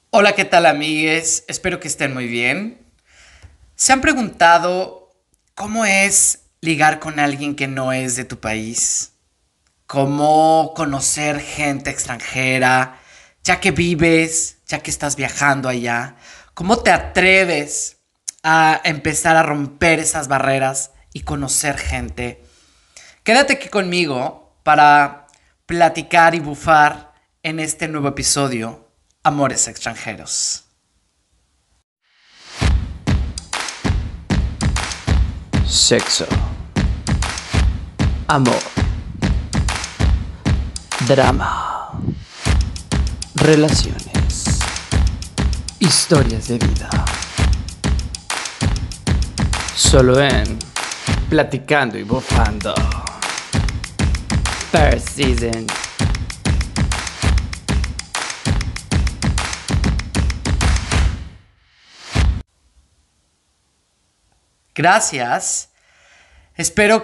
Hola, ¿qué tal, amigues? Espero que estén muy bien. ¿Se han preguntado cómo es ligar con alguien que no es de tu país? ¿Cómo conocer gente extranjera, ya que vives, ya que estás viajando allá? ¿Cómo te atreves a empezar a romper esas barreras y conocer gente? Quédate aquí conmigo para platicar y bufar en este nuevo episodio, Amores Extranjeros. Sexo, amor, drama, relaciones, historias de vida. Solo en Platicando y Bufando. First season. Gracias. Espero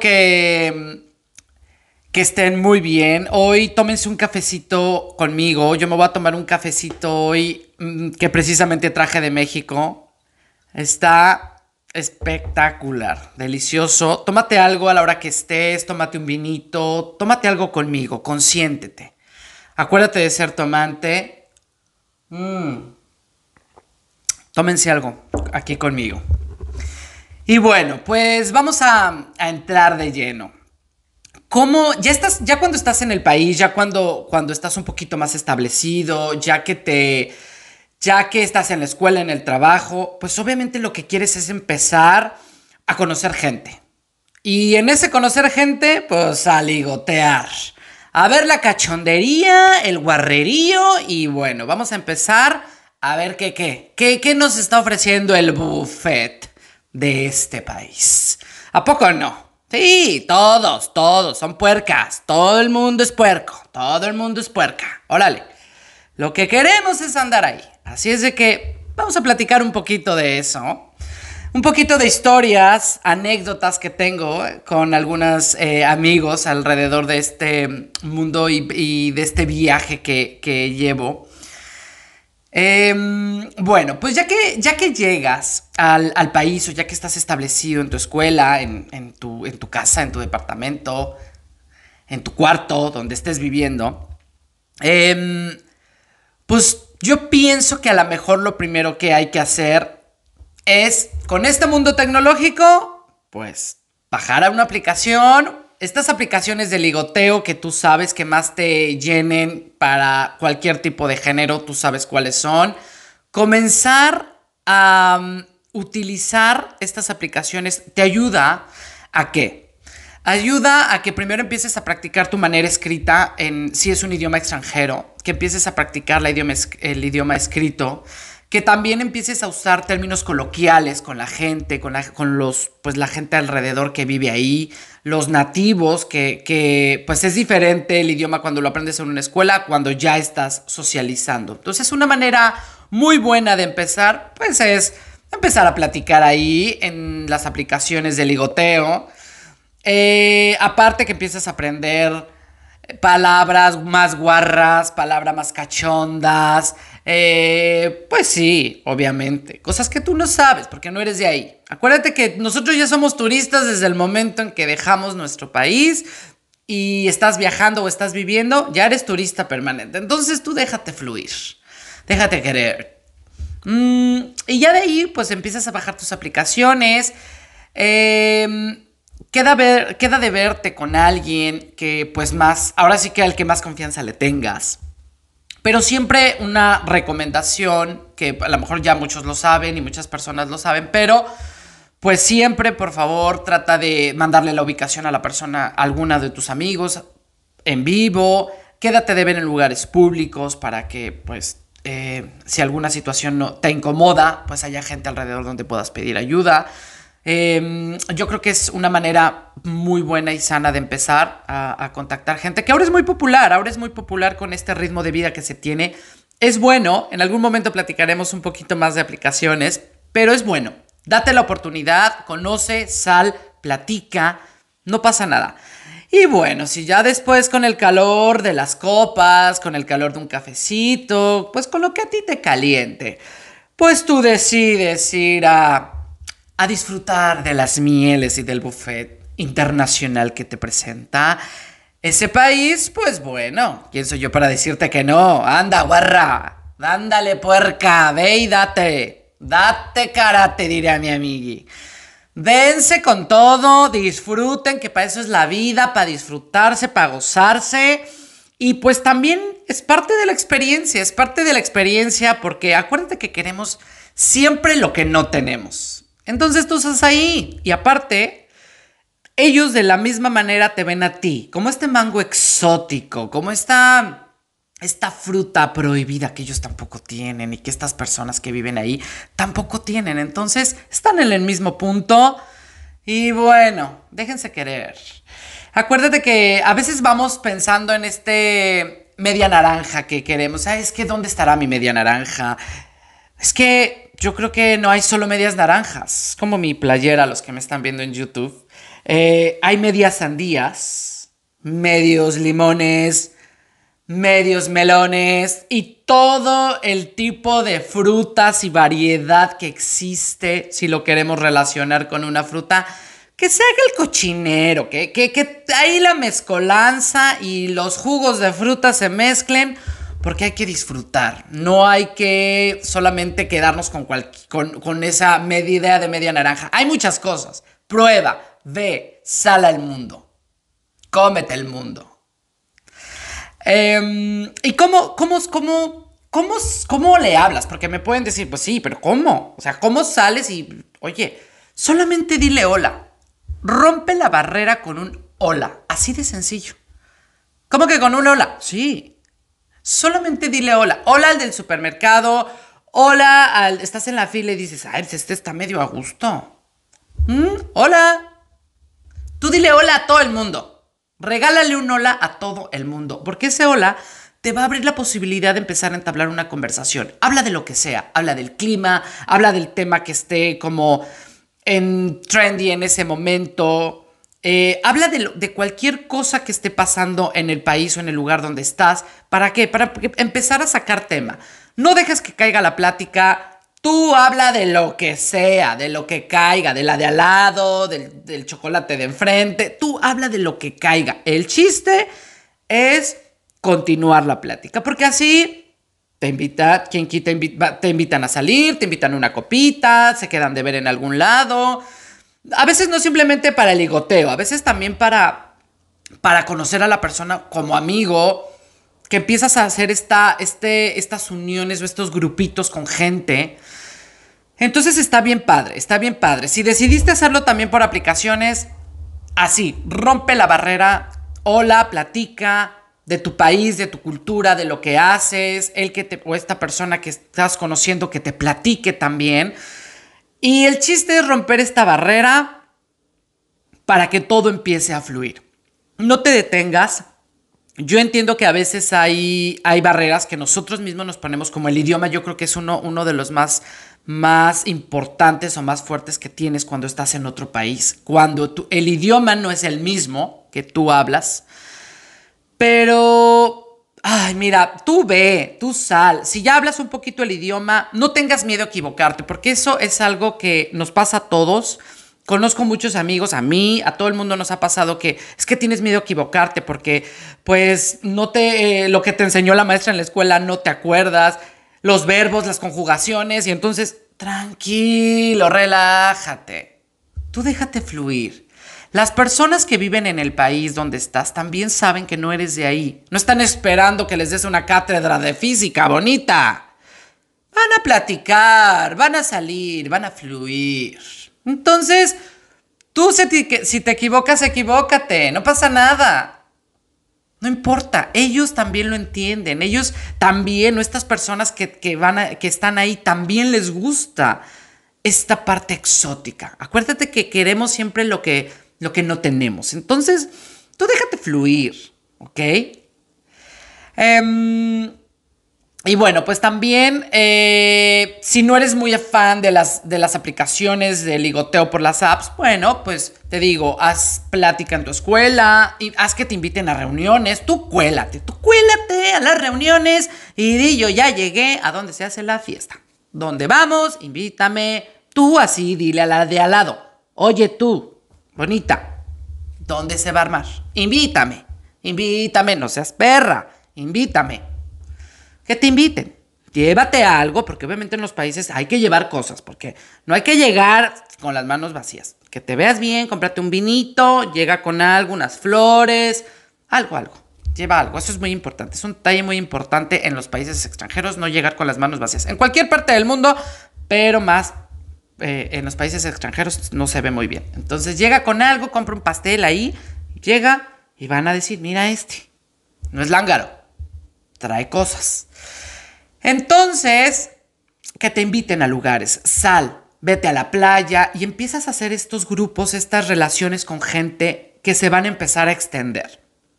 que estén muy bien. Hoy tómense un cafecito conmigo. Yo me voy a tomar un cafecito hoy que precisamente traje de México. Está espectacular, delicioso. Tómate algo a la hora que estés, tómate un vinito, tómate algo conmigo, consiéntete. Acuérdate de ser tomante. Tómense algo aquí conmigo. Y bueno, pues vamos a entrar de lleno. ¿Cómo? Ya cuando estás en el país, cuando estás un poquito más establecido, ya que estás en la escuela, en el trabajo, pues obviamente lo que quieres es empezar a conocer gente. Y en ese conocer gente, pues a ligotear. A ver la cachondería, el guarrerío y bueno, vamos a empezar a ver qué nos está ofreciendo el buffet de este país. ¿A poco no? Sí, todos son puercas. Todo el mundo es puerco. Todo el mundo es puerca. Órale. Lo que queremos es andar ahí. Así es de que vamos a platicar un poquito de eso. Un poquito de historias, anécdotas que tengo con algunos amigos alrededor de este mundo y de este viaje que llevo. Bueno, pues ya que llegas al país o ya que estás establecido en tu escuela, en tu casa, en tu departamento, en tu cuarto, donde estés viviendo, eh, pues yo pienso que a lo mejor lo primero que hay que hacer es, con este mundo tecnológico, pues bajar a una aplicación. Estas aplicaciones de ligoteo que tú sabes que más te llenen para cualquier tipo de género, tú sabes cuáles son. Comenzar a utilizar estas aplicaciones te ayuda a qué? Ayuda a que primero empieces a practicar tu manera escrita si es un idioma extranjero, que empieces a practicar el idioma escrito, que también empieces a usar términos coloquiales con la gente, pues la gente alrededor que vive ahí, los nativos, pues es diferente el idioma cuando lo aprendes en una escuela, cuando ya estás socializando. Entonces, una manera muy buena de empezar, pues es empezar a platicar ahí en las aplicaciones de ligoteo. Aparte que empiezas a aprender palabras más guarras, palabras más cachondas. Pues sí, obviamente. Cosas que tú no sabes porque no eres de ahí. Acuérdate que nosotros ya somos turistas desde el momento en que dejamos nuestro país y estás viajando o estás viviendo, ya eres turista permanente. Entonces tú déjate fluir, déjate querer. Y ya de ahí pues empiezas a bajar tus aplicaciones. Queda de verte con alguien que pues más, ahora sí que al que más confianza le tengas. Pero siempre una recomendación, que a lo mejor ya muchos lo saben y muchas personas lo saben, pero pues siempre, por favor, trata de mandarle la ubicación a la persona, a alguna de tus amigos, en vivo. Quédate de ver en lugares públicos para que, pues, si alguna situación no te incomoda, pues haya gente alrededor donde puedas pedir ayuda. Yo creo que es una manera muy buena y sana de empezar a contactar gente, que ahora es muy popular con este ritmo de vida que se tiene. Es bueno, en algún momento platicaremos un poquito más de aplicaciones, pero es bueno. Date la oportunidad, conoce, sal, platica, no pasa nada. Y bueno, si ya después con el calor de las copas, con el calor de un cafecito, pues con lo que a ti te caliente, pues tú decides ir a disfrutar de las mieles y del buffet internacional que te presenta ese país, pues bueno, ¿quién soy yo para decirte que no? Anda, guarra, ándale puerca, ve y date, date karate, diré a mi amigui. Dense con todo, disfruten, que para eso es la vida, para disfrutarse, para gozarse. Y pues también es parte de la experiencia porque acuérdate que queremos siempre lo que no tenemos. Entonces tú estás ahí y aparte, ellos de la misma manera te ven a ti, como este mango exótico, como esta fruta prohibida que ellos tampoco tienen y que estas personas que viven ahí tampoco tienen. Entonces están en el mismo punto y bueno, déjense querer. Acuérdate que a veces vamos pensando en este media naranja que queremos. Es que ¿dónde estará mi media naranja? Es que yo creo que no hay solo medias naranjas. Es como mi playera, los que me están viendo en YouTube. Hay medias sandías, medios limones, medios melones y todo el tipo de frutas y variedad que existe si lo queremos relacionar con una fruta. Que se haga el cochinero, que ahí la mezcolanza y los jugos de fruta se mezclen, porque hay que disfrutar. No hay que solamente quedarnos con esa media idea de media naranja. Hay muchas cosas. Prueba, ve, sal al mundo. Cómete el mundo. ¿Y cómo le hablas? Porque me pueden decir, pues sí, pero ¿cómo? O sea, ¿cómo sales y, oye, solamente dile hola? Rompe la barrera con un hola, así de sencillo. ¿Cómo que con un hola? Sí. Solamente dile hola. Hola al del supermercado, estás en la fila y dices, ay, pues este está medio a gusto. Hola. Tú dile hola a todo el mundo. Regálale un hola a todo el mundo, porque ese hola te va a abrir la posibilidad de empezar a entablar una conversación. Habla de lo que sea, habla del clima, habla del tema que esté como en trendy en ese momento. Habla de cualquier cosa que esté pasando en el país o en el lugar donde estás. ¿Para qué? Para empezar a sacar tema. No dejes que caiga la plática. Tú habla de lo que sea, de lo que caiga, de la de al lado, del chocolate de enfrente. Tú habla de lo que caiga. El chiste es continuar la plática, porque así te invitan a salir, te invitan a una copita, se quedan de ver en algún lado. A veces no simplemente para el ligoteo, a veces también para conocer a la persona como amigo, que empiezas a hacer estas uniones o estos grupitos con gente. Entonces está bien padre, está bien padre. Si decidiste hacerlo también por aplicaciones, así, rompe la barrera, hola, platica de tu país, de tu cultura, de lo que haces, o esta persona que estás conociendo que te platique también. Y el chiste es romper esta barrera para que todo empiece a fluir. No te detengas. Yo entiendo que a veces hay barreras que nosotros mismos nos ponemos, como el idioma. Yo creo que es uno de los más importantes o más fuertes que tienes cuando estás en otro país. Cuando el idioma no es el mismo que tú hablas. Pero, ay, mira, tú ve, tú sal. Si ya hablas un poquito el idioma, no tengas miedo a equivocarte, porque eso es algo que nos pasa a todos. Conozco muchos amigos, a todo el mundo nos ha pasado que es que tienes miedo a equivocarte porque pues lo que te enseñó la maestra en la escuela no te acuerdas, los verbos, las conjugaciones, y entonces tranquilo, relájate, tú déjate fluir. Las personas que viven en el país donde estás también saben que no eres de ahí, no están esperando que les des una cátedra de física bonita. Van a platicar, van a salir, van a fluir. Entonces, tú si te equivocas, equivócate, no pasa nada. No importa, ellos también lo entienden, ellos también, o estas personas que están ahí, también les gusta esta parte exótica. Acuérdate que queremos siempre lo que no tenemos. Entonces, tú déjate fluir, ¿ok? Y bueno, pues también, si no eres muy fan de las aplicaciones de ligoteo por las apps, bueno, pues te digo, haz plática en tu escuela, y haz que te inviten a reuniones, tú cuélate a las reuniones y di yo ya llegué a donde se hace la fiesta. ¿Dónde vamos? Invítame. Tú así, dile a la de al lado. Oye tú, bonita, ¿dónde se va a armar? Invítame, no seas perra, invítame. Que te inviten. Llévate algo, porque obviamente en los países hay que llevar cosas, porque no hay que llegar con las manos vacías. Que te veas bien, cómprate un vinito, llega con algo, unas flores, algo. Lleva algo, eso es muy importante. Es un detalle muy importante en los países extranjeros, no llegar con las manos vacías. En cualquier parte del mundo, pero más en los países extranjeros no se ve muy bien. Entonces llega con algo, compra un pastel ahí, llega y van a decir, mira no es lángaro, trae cosas. Entonces, que te inviten a lugares, sal, vete a la playa y empiezas a hacer estos grupos, estas relaciones con gente que se van a empezar a extender.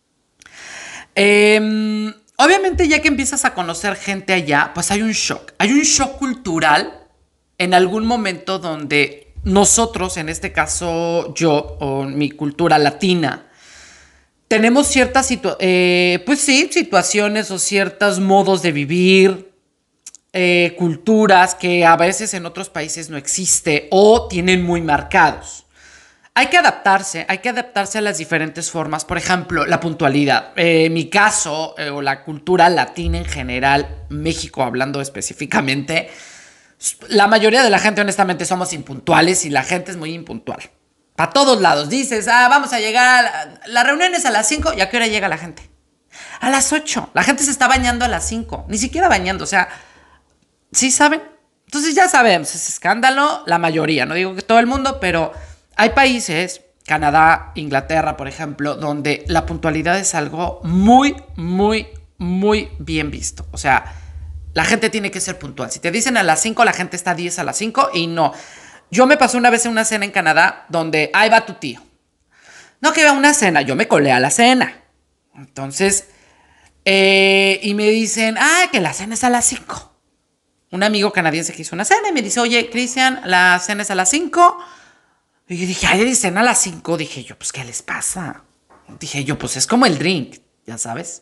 Obviamente ya que empiezas a conocer gente allá, pues hay un shock cultural en algún momento donde nosotros, en este caso yo o mi cultura latina, tenemos ciertas situaciones o ciertos modos de vivir, culturas que a veces en otros países no existe o tienen muy marcados. Hay que adaptarse a las diferentes formas. Por ejemplo, la puntualidad. En mi caso, o la cultura latina en general, México hablando específicamente, la mayoría de la gente honestamente somos impuntuales y la gente es muy impuntual. Para todos lados. Dices, vamos a llegar, la reunión es a las 5, ¿y a qué hora llega la gente? A las 8. La gente se está bañando a las 5. Ni siquiera bañando, o sea, ¿sí saben? Entonces ya sabemos, es escándalo, la mayoría, no digo que todo el mundo, pero hay países, Canadá, Inglaterra, por ejemplo, donde la puntualidad es algo muy, muy, muy bien visto. O sea, la gente tiene que ser puntual. Si te dicen a las 5, la gente está a 10 a las 5 y no. Yo me pasé una vez en una cena en Canadá donde ahí va tu tío. No que iba a una cena, yo me colé a la cena. Entonces, y me dicen, que la cena es a las 5. Un amigo canadiense que hizo una cena y me dice, oye, Cristian, la cena es a las 5. Y yo dije, hay cena a las 5. Dije yo, pues, ¿qué les pasa? Dije yo, pues, es como el drink, ya sabes.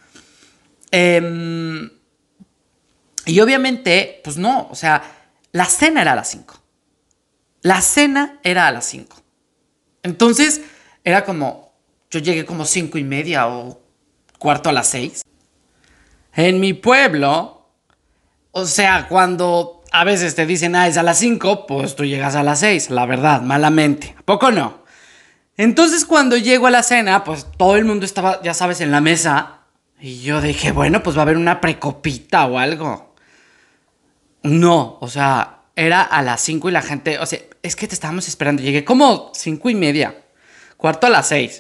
Y obviamente, pues no, o sea, la cena era a las 5. La cena era a las 5. Entonces, era como, yo llegué como 5:30 o cuarto a las 6. En mi pueblo, o sea, cuando a veces te dicen, es a las 5, pues tú llegas a las 6, la verdad, malamente. ¿A poco no? Entonces, cuando llego a la cena, pues todo el mundo estaba, ya sabes, en la mesa. Y yo dije, bueno, pues va a haber una precopita o algo. No, o sea, era a las 5 y la gente, o sea, es que te estábamos esperando. Llegué como 5:30, cuarto a las 6.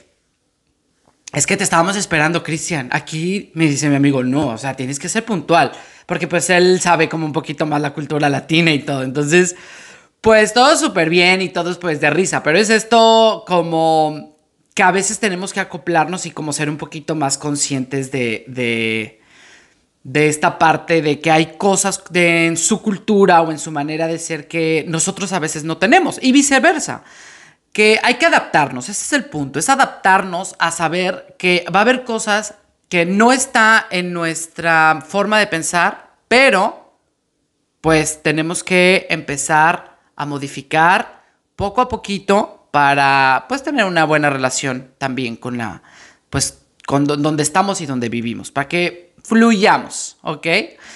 Es que te estábamos esperando, Cristian. Aquí me dice mi amigo, no, o sea, tienes que ser puntual. Porque pues él sabe como un poquito más la cultura latina y todo. Entonces, pues todo súper bien y todos pues de risa. Pero es esto como que a veces tenemos que acoplarnos y como ser un poquito más conscientes de esta parte de que hay cosas en su cultura o en su manera de ser que nosotros a veces no tenemos. Y viceversa. Que hay que adaptarnos, ese es el punto, es adaptarnos a saber que va a haber cosas que no está en nuestra forma de pensar, pero pues tenemos que empezar a modificar poco a poquito para pues tener una buena relación también con con donde estamos y donde vivimos, para que fluyamos, ¿ok?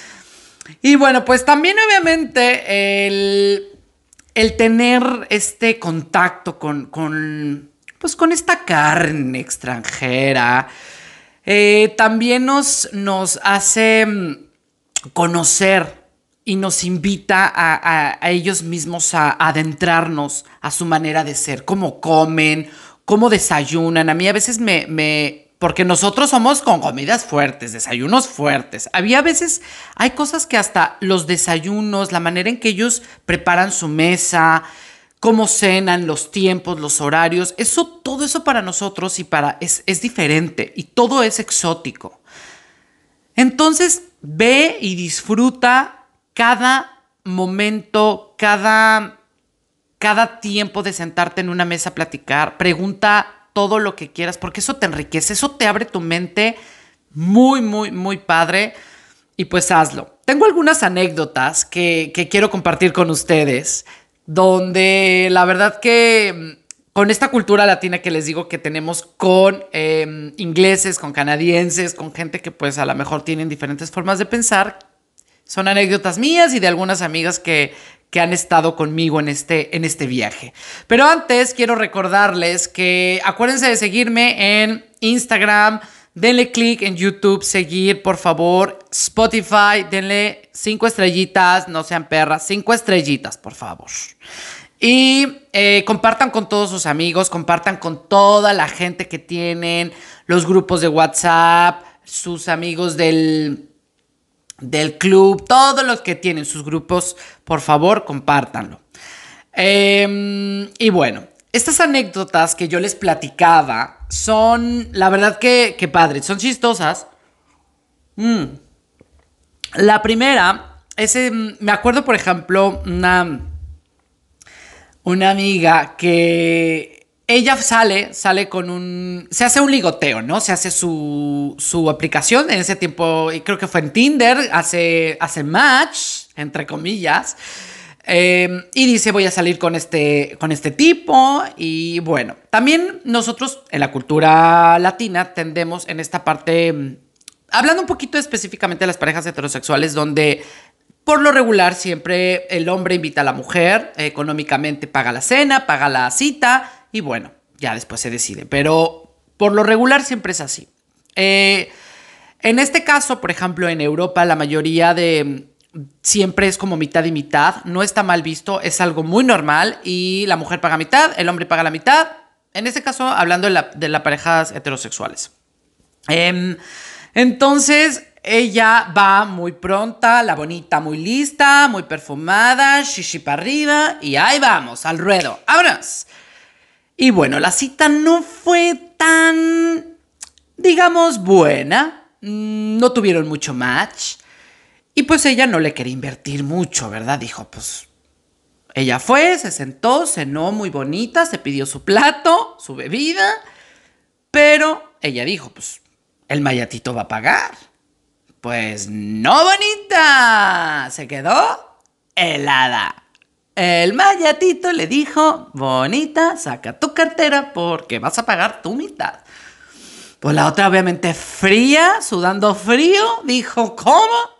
Y bueno, pues también obviamente el tener este contacto con esta carne extranjera, también nos hace conocer y nos invita a ellos mismos a adentrarnos a su manera de ser, cómo comen, cómo desayunan. A mí a veces porque nosotros somos con comidas fuertes, desayunos fuertes. Había veces, hay cosas que hasta los desayunos, la manera en que ellos preparan su mesa, cómo cenan, los tiempos, los horarios, todo eso para nosotros es diferente y todo es exótico. Entonces, ve y disfruta cada momento, cada tiempo de sentarte en una mesa a platicar. Pregunta todo lo que quieras, porque eso te enriquece, eso te abre tu mente muy, muy, muy padre. Y pues hazlo. Tengo algunas anécdotas que quiero compartir con ustedes, donde la verdad que con esta cultura latina que les digo que tenemos con ingleses, con canadienses, con gente que pues a lo mejor tienen diferentes formas de pensar, son anécdotas mías y de algunas amigas que han estado conmigo en este viaje. Pero antes quiero recordarles que acuérdense de seguirme en Instagram. Denle click en YouTube, seguir, por favor. Spotify, denle 5 estrellitas, no sean perras, 5 estrellitas, por favor. Y compartan con todos sus amigos, compartan con toda la gente que tienen, los grupos de WhatsApp, sus amigos del club, todos los que tienen sus grupos, por favor, compártanlo. Y bueno, estas anécdotas que yo les platicaba son, la verdad que padres, son chistosas. La primera es, me acuerdo, por ejemplo, una amiga que ella sale con se hace un ligoteo, ¿no? Se hace su aplicación, en ese tiempo, y creo que fue en Tinder, hace match, entre comillas. Y dice, voy a salir con este tipo. Y bueno, también nosotros en la cultura latina tendemos en esta parte, hablando un poquito específicamente de las parejas heterosexuales, donde por lo regular siempre el hombre invita a la mujer, económicamente paga la cena, paga la cita y bueno, ya después se decide. Pero por lo regular siempre es así. En este caso, por ejemplo, en Europa la mayoría siempre es como mitad y mitad, no está mal visto, es algo muy normal y la mujer paga mitad, el hombre paga la mitad, en este caso hablando de las parejas heterosexuales. Entonces ella va muy pronta, la bonita muy lista, muy perfumada, shishi para arriba y ahí vamos, al ruedo, ¡vámonos! Y bueno, la cita no fue tan, digamos, buena, no tuvieron mucho match. Y pues ella no le quería invertir mucho, ¿verdad? Dijo, pues, ella fue, se sentó, cenó muy bonita, se pidió su plato, su bebida, pero ella dijo, pues, el mayatito va a pagar. Pues no, bonita, se quedó helada. El mayatito le dijo, bonita, saca tu cartera porque vas a pagar tu mitad. Pues la otra obviamente fría, sudando frío, dijo, ¿cómo?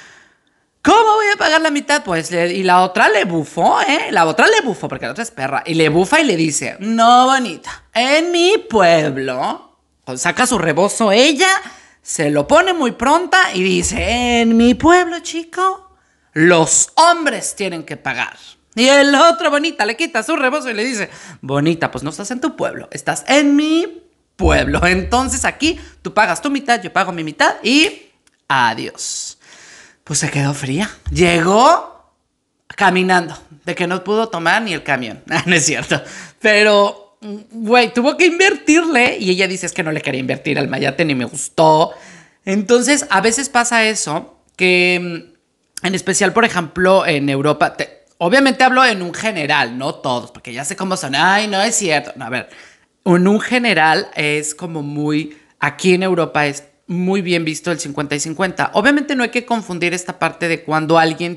¿Cómo voy a pagar la mitad? Pues, y la otra le bufó, La otra le bufó, porque la otra es perra. Y le bufa y le dice, no, bonita, en mi pueblo, pues saca su rebozo ella, se lo pone muy pronta y dice, en mi pueblo, chico, los hombres tienen que pagar. Y el otro, bonita, le quita su rebozo y le dice, bonita, pues no estás en tu pueblo, estás en mi pueblo. Entonces aquí tú pagas tu mitad, yo pago mi mitad y adiós. Pues se quedó fría. Llegó caminando, de que no pudo tomar ni el camión. No es cierto. Pero, güey, tuvo que invertirle. Y ella dice, es que no le quería invertir al mayate, ni me gustó. Entonces, a veces pasa eso, que en especial, por ejemplo, en Europa, obviamente hablo en un general, no todos, porque ya sé cómo son. Ay, no es cierto. No, a ver, en un general es como muy, aquí en Europa es muy bien visto el 50 y 50. Obviamente no hay que confundir esta parte de cuando alguien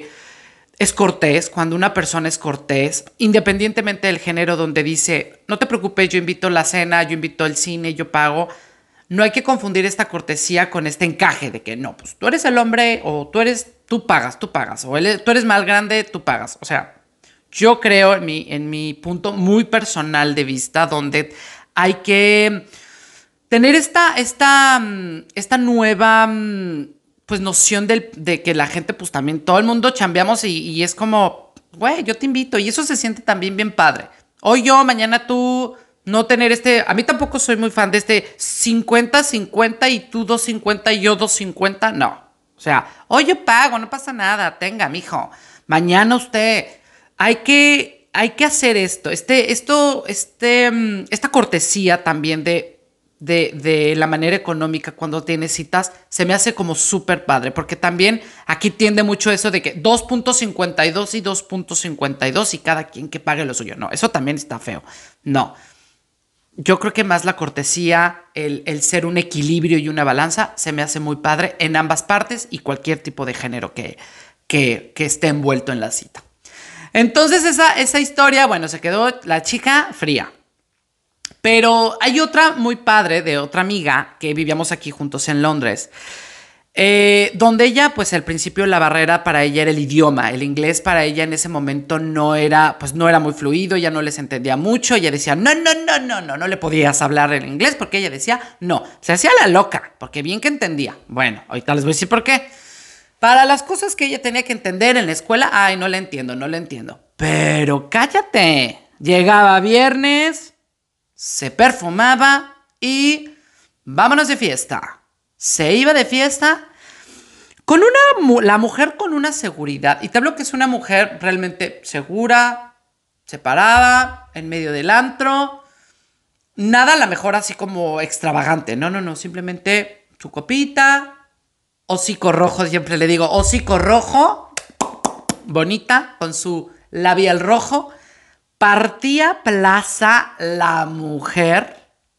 es cortés, cuando una persona es cortés, independientemente del género, donde dice, no te preocupes, yo invito la cena, yo invito el cine, yo pago. No hay que confundir esta cortesía con este encaje de que no, pues tú eres el hombre o tú pagas, o tú eres más grande, tú pagas. O sea, yo creo en mi punto muy personal de vista, donde hay que tener esta nueva pues noción de que la gente, pues también todo el mundo chambeamos y es como, güey, yo te invito. Y eso se siente también bien padre. Hoy yo, mañana tú, no tener a mí tampoco soy muy fan de 50-50 y tú 2.50 y yo 2.50, no. O sea, hoy yo pago, no pasa nada, tenga, mijo. Mañana usted, hay que hacer esta cortesía también de de la manera económica cuando tienes citas, se me hace como súper padre, porque también aquí tiende mucho eso de que 2.52 y 2.52 y cada quien que pague lo suyo. No, eso también está feo. No. Yo creo que más la cortesía, el ser un equilibrio y una balanza, se me hace muy padre en ambas partes y cualquier tipo de género que esté envuelto en la cita. Entonces esa historia, bueno, se quedó la chica fría. Pero hay otra muy padre de otra amiga que vivíamos aquí juntos en Londres, donde ella, pues al principio la barrera para ella era el idioma. El inglés para ella en ese momento no era muy fluido, ya no les entendía mucho. Ella decía, no le podías hablar en inglés porque ella decía, no, se hacía la loca, porque bien que entendía. Bueno, ahorita les voy a decir por qué. Para las cosas que ella tenía que entender en la escuela, ay, no le entiendo. Pero cállate, llegaba viernes, se perfumaba y vámonos de fiesta. Se iba de fiesta con la mujer con una seguridad. Y te hablo que es una mujer realmente segura, se paraba en medio del antro. Nada a lo mejor así como extravagante. No, simplemente su copita, hocico rojo, siempre le digo, hocico rojo, bonita, con su labial rojo. Partía plaza la mujer.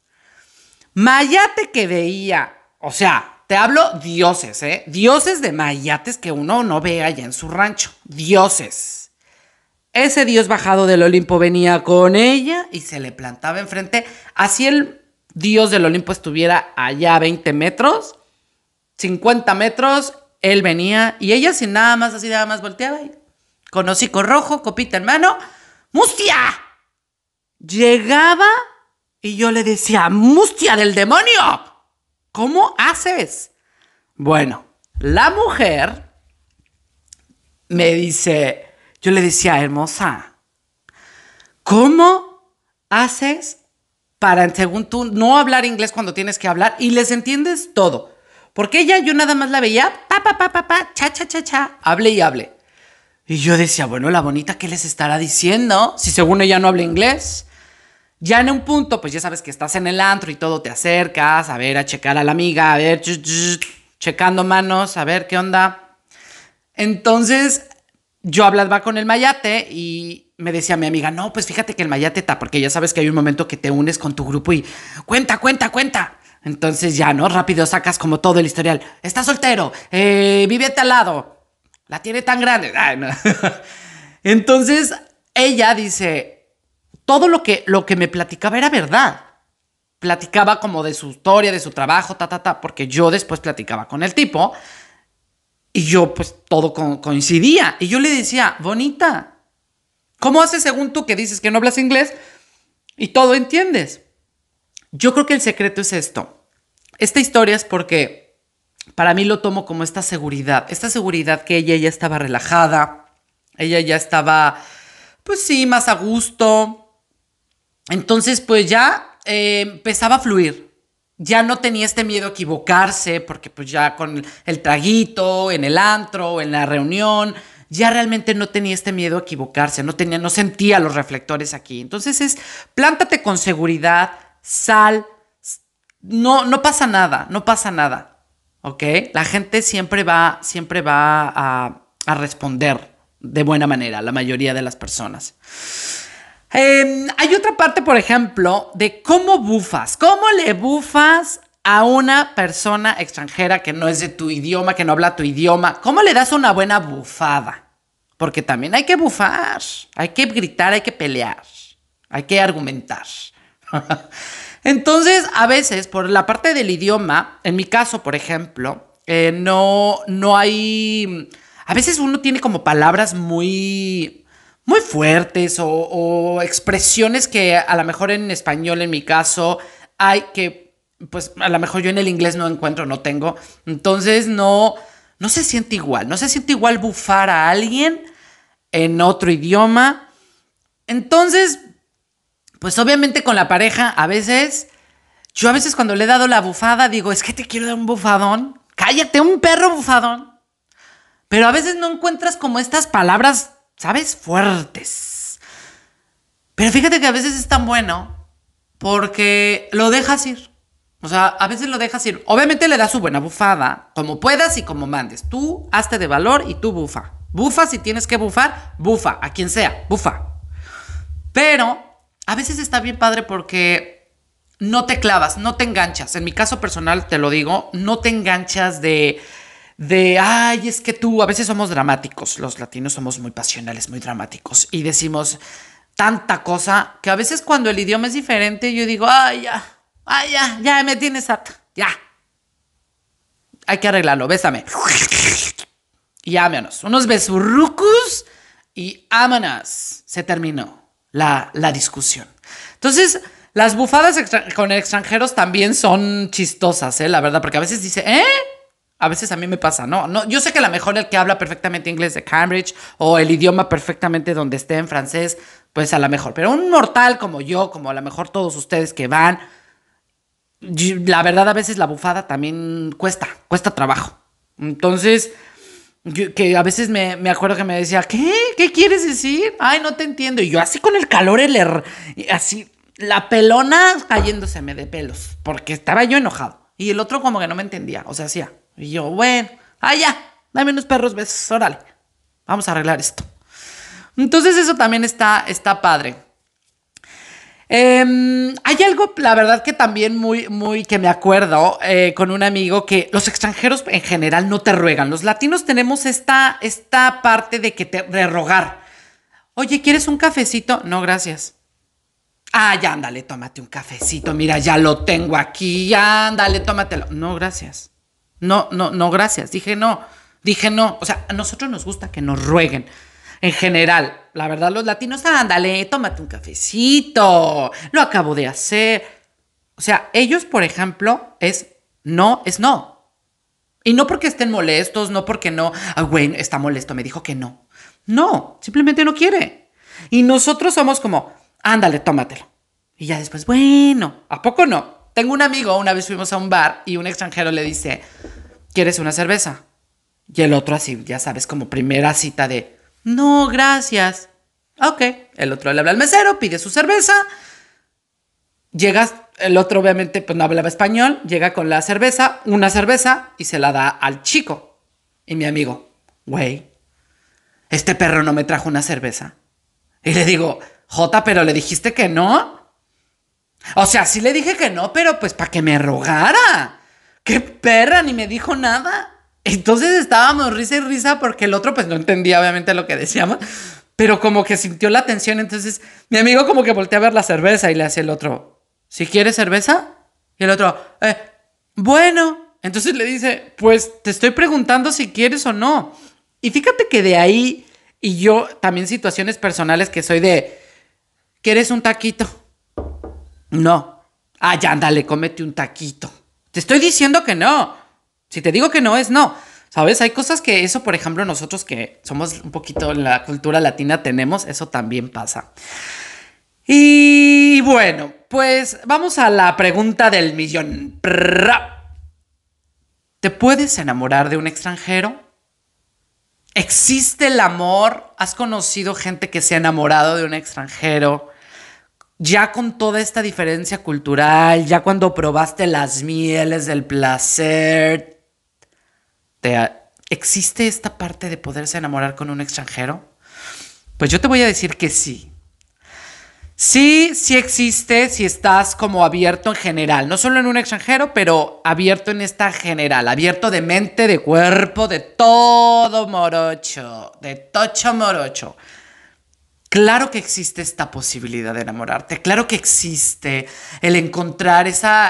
Mayate que veía. O sea, te hablo dioses, ¿eh? Dioses de mayates que uno no ve allá en su rancho. Dioses. Ese dios bajado del Olimpo venía con ella y se le plantaba enfrente. Así el dios del Olimpo estuviera allá a 20 metros, 50 metros, él venía y ella sin nada más volteaba y con hocico rojo, copita en mano. ¡Mustia! Llegaba y yo le decía, ¡mustia del demonio! ¿Cómo haces? Bueno, la mujer me dice, yo le decía, hermosa, ¿cómo haces para, según tú, no hablar inglés cuando tienes que hablar y les entiendes todo? Porque ella, yo nada más la veía, cha, hable y hable. Y yo decía, bueno, la bonita, ¿qué les estará diciendo? Si según ella no habla inglés. Ya en un punto, pues ya sabes que estás en el antro y todo, te acercas, a ver, a checar a la amiga, a ver, checando manos, a ver qué onda. Entonces, yo hablaba con el mayate y me decía mi amiga, no, pues fíjate que el mayate está, porque ya sabes que hay un momento que te unes con tu grupo y cuenta. Entonces ya, ¿no? Rápido sacas como todo el historial. Está soltero, vive al lado. La tiene tan grande. Ay, no. Entonces, ella dice, todo lo que me platicaba era verdad. Platicaba como de su historia, de su trabajo, porque yo después platicaba con el tipo y yo, pues, todo coincidía. Y yo le decía, bonita, ¿cómo haces según tú que dices que no hablas inglés y todo entiendes? Yo creo que el secreto es esto. Esta historia es porque para mí lo tomo como esta seguridad que ella ya estaba relajada, ella ya estaba, pues sí, más a gusto. Entonces, pues ya empezaba a fluir. Ya no tenía este miedo a equivocarse, porque pues ya con el traguito, en el antro, en la reunión, ya realmente no tenía este miedo a equivocarse, no sentía los reflectores aquí. Entonces plántate con seguridad, sal, no pasa nada. ¿Ok? La gente siempre va a responder de buena manera, la mayoría de las personas. Hay otra parte, por ejemplo, de cómo bufas. ¿Cómo le bufas a una persona extranjera que no es de tu idioma, que no habla tu idioma? ¿Cómo le das una buena bufada? Porque también hay que bufar, hay que gritar, hay que pelear, hay que argumentar. Entonces, a veces, por la parte del idioma, en mi caso, por ejemplo, no hay... A veces uno tiene como palabras muy fuertes o expresiones que a lo mejor en español, en mi caso, hay que, pues a lo mejor yo en el inglés no encuentro, no tengo. Entonces, no se siente igual. No se siente igual bufar a alguien en otro idioma. Entonces, pues obviamente con la pareja, yo a veces cuando le he dado la bufada digo, es que te quiero dar un bufadón. Cállate, un perro bufadón. Pero a veces no encuentras como estas palabras, ¿sabes? Fuertes. Pero fíjate que a veces es tan bueno porque lo dejas ir. O sea, a veces lo dejas ir. Obviamente le das su buena bufada, como puedas y como mandes. Tú hazte de valor y tú bufa. Bufa si tienes que bufar, bufa, a quien sea, bufa. Pero a veces está bien padre porque no te clavas, no te enganchas. En mi caso personal, te lo digo, no te enganchas ay, es que tú, a veces somos dramáticos. Los latinos somos muy pasionales, muy dramáticos. Y decimos tanta cosa que a veces cuando el idioma es diferente, yo digo, ya me tienes harta, ya. Hay que arreglarlo, bésame. Y vámonos. Unos besurrucos y vámonos. Se terminó la discusión. Entonces, las bufadas con extranjeros también son chistosas, la verdad, porque a veces dice, a veces a mí me pasa, no, yo sé que a lo mejor el que habla perfectamente inglés de Cambridge o el idioma perfectamente donde esté en francés, pues a lo mejor. Pero un mortal como yo, como a lo mejor todos ustedes que van, la verdad a veces la bufada también cuesta trabajo. Entonces, que a veces me acuerdo que me decía, ¿Qué quieres decir? Ay, no te entiendo. Y yo así con el calor, así, la pelona cayéndoseme de pelos, porque estaba yo enojado. Y el otro como que no me entendía, o sea, hacía. Y yo, bueno, ya, dame unos perros besos, órale, vamos a arreglar esto. Entonces eso también está padre. Hay algo, la verdad, que también muy que me acuerdo con un amigo, que los extranjeros en general no te ruegan. Los latinos tenemos esta parte de rogar. Oye, ¿quieres un cafecito? No, gracias. Ya, ándale, tómate un cafecito. Mira, ya lo tengo aquí. Ya, ándale, tómatelo. No, gracias. No, gracias. Dije no. O sea, a nosotros nos gusta que nos rueguen. En general, la verdad, los latinos, ándale, tómate un cafecito. Lo acabo de hacer. O sea, ellos, por ejemplo, es no. Y no porque estén molestos, no porque no. Güey, está molesto, me dijo que no. No, simplemente no quiere. Y nosotros somos como, ándale, tómatelo. Y ya después, bueno, ¿a poco no? Tengo un amigo, una vez fuimos a un bar y un extranjero le dice, ¿quieres una cerveza? Y el otro así, ya sabes, como primera cita de, no, gracias. Ok, el otro le habla al mesero, pide su cerveza. Llega, el otro obviamente pues no hablaba español, llega con la cerveza, una cerveza, y se la da al chico. Y mi amigo, güey, este perro no me trajo una cerveza. Y le digo, Jota, pero le dijiste que no. O sea, sí le dije que no, pero pues para que me rogara. ¡Qué perra! Ni me dijo nada. Entonces estábamos risa y risa porque el otro pues no entendía obviamente lo que decíamos, pero como que sintió la tensión. Entonces mi amigo como que voltea a ver la cerveza y le hace el otro, ¿si quieres cerveza? Y el otro, bueno. Entonces le dice, pues te estoy preguntando si quieres o no. Y fíjate que de ahí, y yo también situaciones personales que soy de, ¿quieres un taquito? No. Ya, ándale, cómete un taquito. Te estoy diciendo que no. Si te digo que no, es no. ¿Sabes? Hay cosas que eso, por ejemplo, nosotros que somos un poquito en la cultura latina tenemos, eso también pasa. Y bueno, pues vamos a la pregunta del millón. ¿Te puedes enamorar de un extranjero? ¿Existe el amor? ¿Has conocido gente que se ha enamorado de un extranjero? Ya con toda esta diferencia cultural, ya cuando probaste las mieles del placer, ¿existe esta parte de poderse enamorar con un extranjero? Pues yo te voy a decir que sí. Sí existe si estás como abierto en general, no solo en un extranjero, pero abierto en esta general, abierto de mente, de cuerpo, de todo morocho, de tocho morocho. Claro que existe esta posibilidad de enamorarte, claro que existe el encontrar esa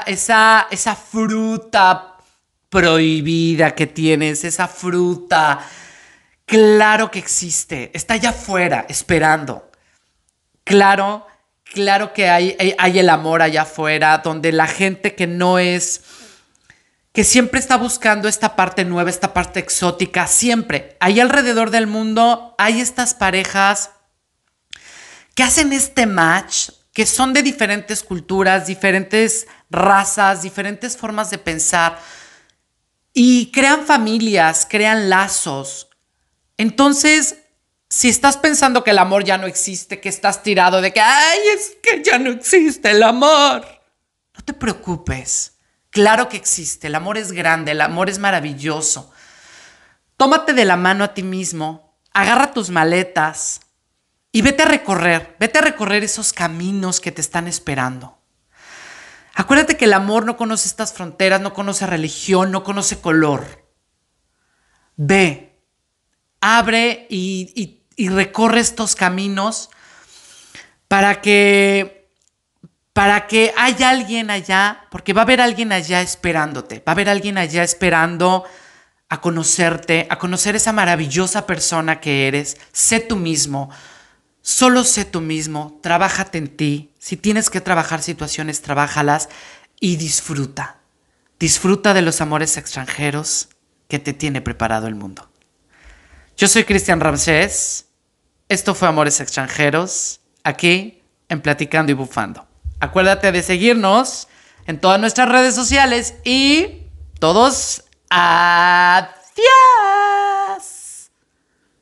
fruta prohibida que tienes, esa fruta, claro que existe, está allá afuera esperando. Claro que hay el amor allá afuera, donde la gente que no es, que siempre está buscando esta parte nueva, esta parte exótica, siempre, ahí alrededor del mundo hay estas parejas que hacen este match, que son de diferentes culturas, diferentes razas, diferentes formas de pensar, y crean familias, crean lazos. Entonces, si estás pensando que el amor ya no existe, que estás tirado de que, ay, es que ya no existe el amor, no te preocupes. Claro que existe, el amor es grande, el amor es maravilloso. Tómate de la mano a ti mismo, agarra tus maletas y vete a recorrer esos caminos que te están esperando. Acuérdate que el amor no conoce estas fronteras, no conoce religión, no conoce color. Ve, abre y recorre estos caminos para que haya alguien allá, porque va a haber alguien allá esperándote, va a haber alguien allá esperando a conocerte, a conocer esa maravillosa persona que eres. Sé tú mismo, solo sé tú mismo, trabájate en ti. Si tienes que trabajar situaciones, trabájalas y disfruta. Disfruta de los amores extranjeros que te tiene preparado el mundo. Yo soy Cristian Ramsés. Esto fue Amores Extranjeros, aquí en Platicando y Bufando. Acuérdate de seguirnos en todas nuestras redes sociales y todos, adiós.